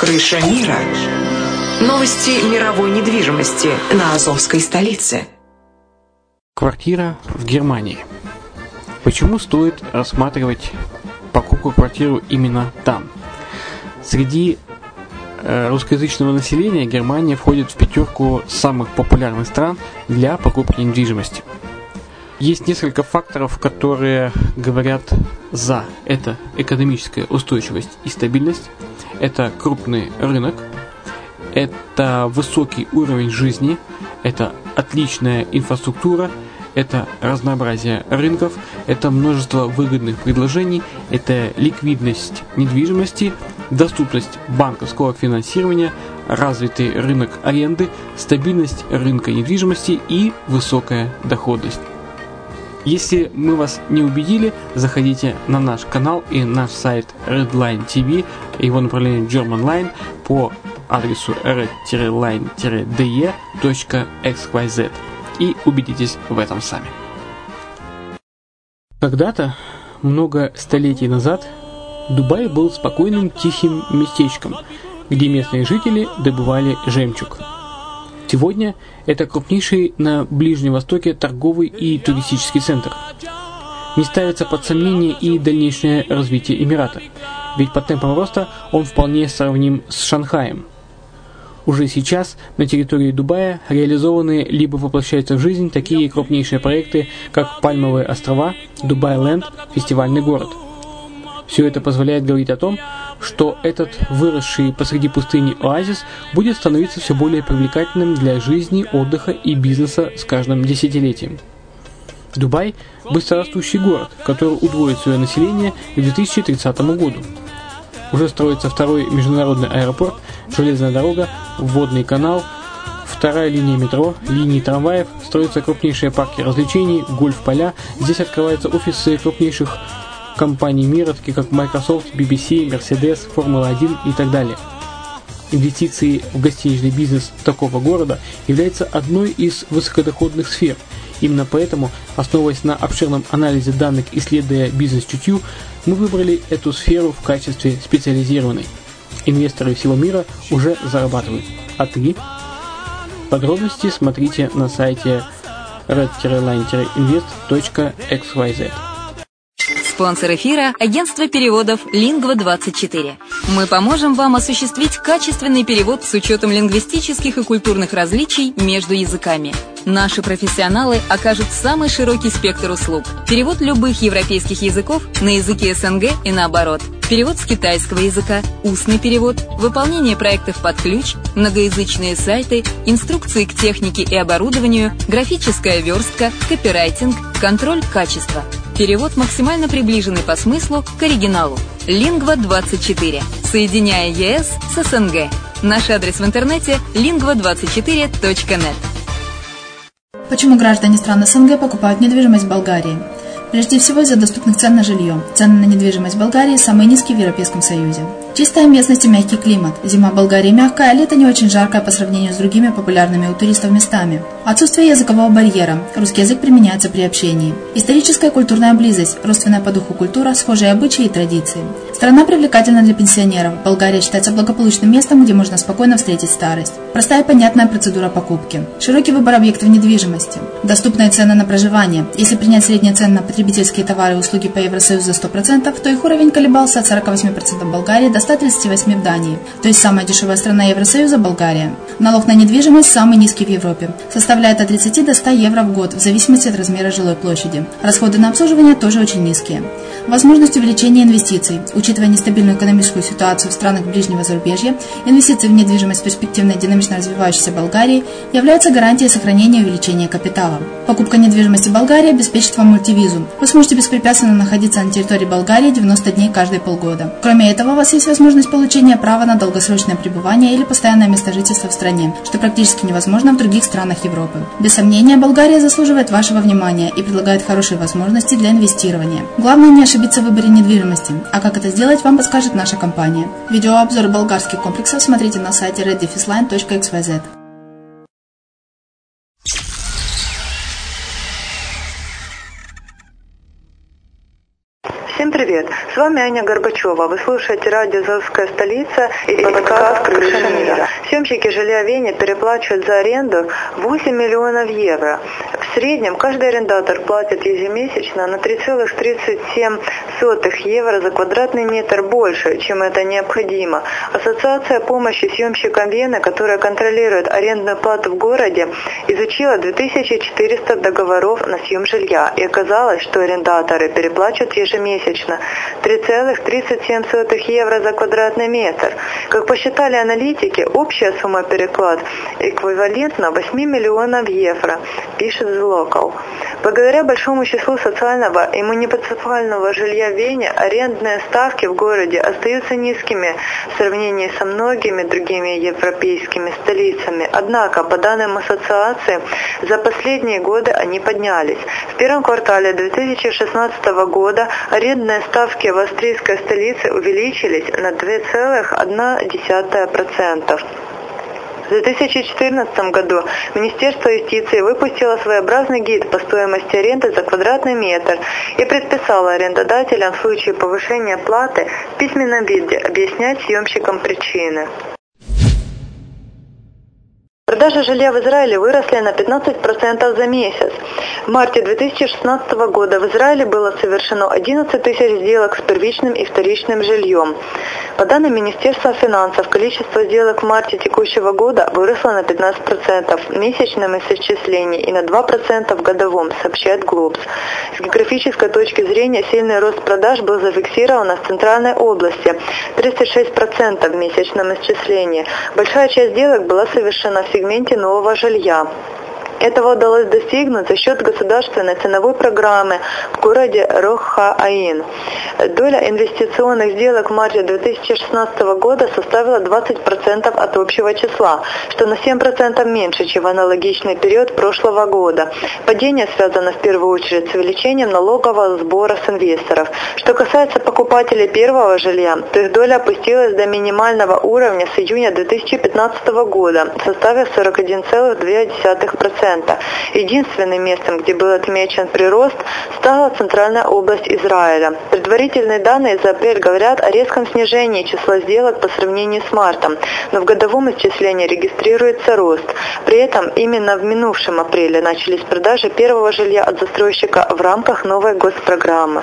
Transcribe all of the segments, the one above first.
Крыша мира. Новости мировой недвижимости на Азовской столице. Квартира в Германии. Почему стоит рассматривать покупку квартиры именно там? Среди русскоязычного населения Германия входит в пятерку самых популярных стран для покупки недвижимости. Есть несколько факторов, которые говорят за. Это экономическая устойчивость и стабильность, это крупный рынок, это высокий уровень жизни, это отличная инфраструктура, это разнообразие рынков, это множество выгодных предложений, это ликвидность недвижимости, доступность банковского финансирования, развитый рынок аренды, стабильность рынка недвижимости и высокая доходность. Если мы вас не убедили, заходите на наш канал и наш сайт Redline TV, его направление Germanline по адресу red-line-de.xyz и убедитесь в этом сами. Когда-то, много столетий назад, Дубай был спокойным тихим местечком, где местные жители добывали жемчуг. Сегодня это крупнейший на Ближнем Востоке торговый и туристический центр. Не ставится под сомнение и дальнейшее развитие Эмирата, ведь по темпам роста он вполне сравним с Шанхаем. Уже сейчас на территории Дубая реализованы либо воплощаются в жизнь такие крупнейшие проекты, как Пальмовые острова, Дубай-Ленд, фестивальный город. Все это позволяет говорить о том, что этот выросший посреди пустыни оазис будет становиться все более привлекательным для жизни, отдыха и бизнеса с каждым десятилетием. Дубай – быстрорастущий город, который удвоит свое население к 2030 году. Уже строится второй международный аэропорт, железная дорога, водный канал, вторая линия метро, линии трамваев, строятся крупнейшие парки развлечений, гольф-поля, здесь открываются офисы крупнейших компаний мира, такие как Microsoft, BBC, Mercedes, Формула-1 и так далее. Инвестиции в гостиничный бизнес такого города являются одной из высокодоходных сфер. Именно поэтому, основываясь на обширном анализе данных, исследуя бизнес-чутью, мы выбрали эту сферу в качестве специализированной. Инвесторы всего мира уже зарабатывают. А ты? Подробности смотрите на сайте red-line-invest.xyz. Спонсор эфира – агентство переводов Lingva24. Мы поможем вам осуществить качественный перевод с учетом лингвистических и культурных различий между языками. Наши профессионалы окажут самый широкий спектр услуг. Перевод любых европейских языков на языки СНГ и наоборот. Перевод с китайского языка, устный перевод, выполнение проектов под ключ, многоязычные сайты, инструкции к технике и оборудованию, графическая верстка, копирайтинг, контроль качества. Перевод максимально приближенный по смыслу к оригиналу. Lingva24. Соединяя ЕС с СНГ. Наш адрес в интернете lingva24.net. Почему граждане стран СНГ покупают недвижимость в Болгарии? Прежде всего из-за доступных цен на жилье. Цены на недвижимость в Болгарии самые низкие в Европейском Союзе. Чистая местность и мягкий климат. Зима в Болгарии мягкая, а лето не очень жаркое по сравнению с другими популярными у туристов местами. Отсутствие языкового барьера. Русский язык применяется при общении. Историческая и культурная близость. Родственная по духу культура, схожие обычаи и традиции. Страна привлекательна для пенсионеров. Болгария считается благополучным местом, где можно спокойно встретить старость. Простая и понятная процедура покупки. Широкий выбор объектов недвижимости. Доступные цены на проживание. Если принять средние цены на потребительские товары и услуги по Евросоюзу за 100%, то их уровень колебался от 48% в Болгарии до 138% в Дании. То есть самая дешевая страна Евросоюза – Болгария. Налог на недвижимость самый низкий в Европе. Составляет от 30 до 100 евро в год, в зависимости от размера жилой площади. Расходы на обслуживание тоже очень низкие. Возможность увеличения инвестиций. Учитывая нестабильную экономическую ситуацию в странах ближнего зарубежья, инвестиции в недвижимость в перспективной динамично развивающейся Болгарии являются гарантией сохранения и увеличения капитала. Покупка недвижимости в Болгарии обеспечит вам мультивизу. Вы сможете беспрепятственно находиться на территории Болгарии 90 дней каждые полгода. Кроме этого, у вас есть возможность получения права на долгосрочное пребывание или постоянное место жительства в стране, что практически невозможно в других странах Европы. Без сомнения, Болгария заслуживает вашего внимания и предлагает хорошие возможности для инвестирования. Главное не ошибиться в выборе недвижимости, а как это сделать, вам подскажет наша компания. Видеообзор болгарских комплексов смотрите на сайте red-line.xyz. Всем привет! С вами Аня Горбачева. Вы слушаете радио «Азовская столица» и подкаст «Крыша мира». Съемщики жилья в Вене переплачивают за аренду 8 миллионов евро. В среднем каждый арендатор платит ежемесячно на 3,37 евро за квадратный метр больше, чем это необходимо. Ассоциация помощи съемщикам Вены, которая контролирует арендную плату в городе, изучила 2400 договоров на съем жилья, и оказалось, что арендаторы переплачивают ежемесячно 3,37 евро за квадратный метр. Как посчитали аналитики, общая сумма переплат эквивалентна 8 миллионов евро, пишет The Local. Благодаря большому числу социального и муниципального жилья в Вене арендные ставки в городе остаются низкими в сравнении со многими другими европейскими столицами. Однако, по данным ассоциации, за последние годы они поднялись. В первом квартале 2016 года арендные ставки в австрийской столице увеличились на 2,1%. В 2014 году Министерство юстиции выпустило своеобразный гид по стоимости аренды за квадратный метр и предписало арендодателям в случае повышения платы в письменном виде объяснять съемщикам причины. Продажи жилья в Израиле выросли на 15% за месяц. В марте 2016 года в Израиле было совершено 11 тысяч сделок с первичным и вторичным жильем. По данным Министерства финансов, количество сделок в марте текущего года выросло на 15% в месячном исчислении и на 2% в годовом, сообщает Globes. С географической точки зрения сильный рост продаж был зафиксирован в Центральной области – 36% в месячном исчислении. Большая часть сделок была совершена в сегменте нового жилья. Этого удалось достигнуть за счет государственной ценовой программы в городе Рох-ха-Аин. Доля инвестиционных сделок в марте 2016 года составила 20% от общего числа, что на 7% меньше, чем в аналогичный период прошлого года. Падение связано в первую очередь с увеличением налогового сбора с инвесторов. Что касается покупателей первого жилья, то их доля опустилась до минимального уровня с июня 2015 года, составив 41,2%. Единственным местом, где был отмечен прирост, стала Центральная область Израиля. Предварительные данные за апрель говорят о резком снижении числа сделок по сравнению с мартом, но в годовом исчислении регистрируется рост. При этом именно в минувшем апреле начались продажи первого жилья от застройщика в рамках новой госпрограммы.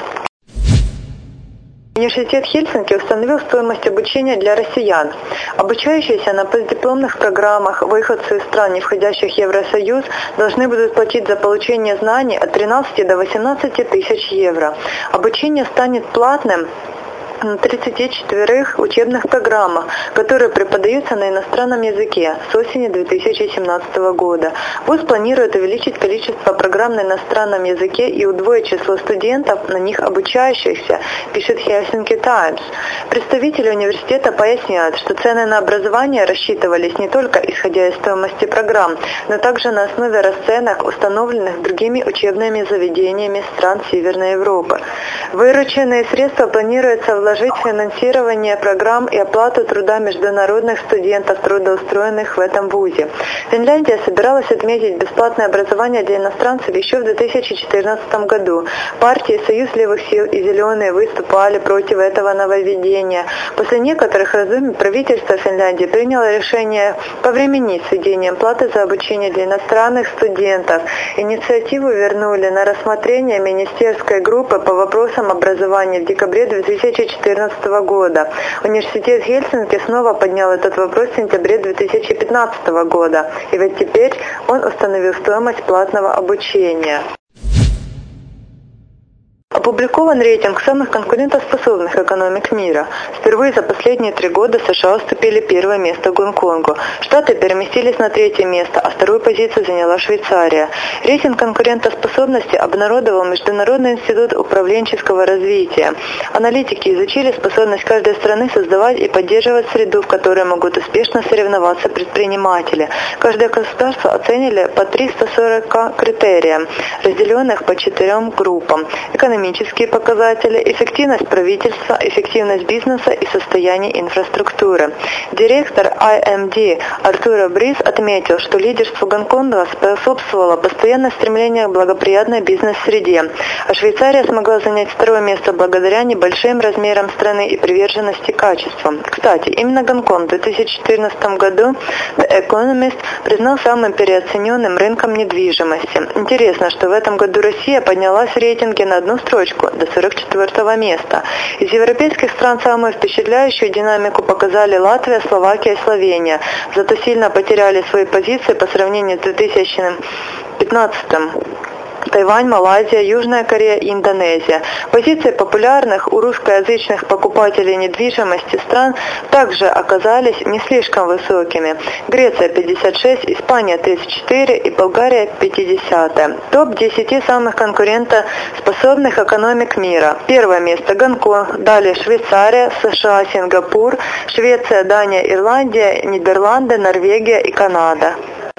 Университет Хельсинки установил стоимость обучения для россиян. Обучающиеся на постдипломных программах выходцы из стран, не входящих в Евросоюз, должны будут платить за получение знаний от 13 до 18 тысяч евро. Обучение станет платным на 34 учебных программах, которые преподаются на иностранном языке с осени 2017 года. ВУЗ планирует увеличить количество программ на иностранном языке и удвоить число студентов, на них обучающихся, пишет Helsinki Times. Представители университета поясняют, что цены на образование рассчитывались не только исходя из стоимости программ, но также на основе расценок, установленных другими учебными заведениями стран Северной Европы. Вырученные средства планируется вложить в финансирование программ и оплату труда международных студентов, трудоустроенных в этом вузе. Финляндия собиралась отметить бесплатное образование для иностранцев еще в 2014 году. Партии «Союз левых сил» и «Зеленые» выступали против этого нововведения. После некоторых раздумий правительство Финляндии приняло решение повременить с введением платы за обучение для иностранных студентов. Инициативу вернули на рассмотрение министерской группы по вопросам образования в декабре 2014 года. Университет Хельсинки снова поднял этот вопрос в сентябре 2015 года, и вот теперь он установил стоимость платного обучения. Опубликован рейтинг самых конкурентоспособных экономик мира. Впервые за последние 3 года США уступили первое место Гонконгу. Штаты переместились на 3-е место, а 2-ю позицию заняла Швейцария. Рейтинг конкурентоспособности обнародовал Международный институт управленческого развития. Аналитики изучили способность каждой страны создавать и поддерживать среду, в которой могут успешно соревноваться предприниматели. Каждое государство оценили по 340 критериям, разделенных по 4 группам: экономический, экономические показатели, эффективность правительства, эффективность бизнеса и состояние инфраструктуры. Директор IMD Артур Брис отметил, что лидерству Гонконга способствовало постоянное стремление к благоприятной бизнес-среде, а Швейцария смогла занять второе место благодаря небольшим размерам страны и приверженности качествам. Кстати, именно Гонконг в 2014 году The Economist признал самым переоцененным рынком недвижимости. Интересно, что в этом году Россия поднялась в рейтинге на одну строчку, до 44 места. Из европейских стран самую впечатляющую динамику показали Латвия, Словакия и Словения, зато сильно потеряли свои позиции по сравнению с 2015 Тайвань, Малайзия, Южная Корея и Индонезия. Позиции популярных у русскоязычных покупателей недвижимости стран также оказались не слишком высокими. Греция 56, Испания 34 и Болгария 50. Топ 10 самых конкурентоспособных экономик мира. Первое место Гонконг, далее Швейцария, США, Сингапур, Швеция, Дания, Ирландия, Нидерланды, Норвегия и Канада.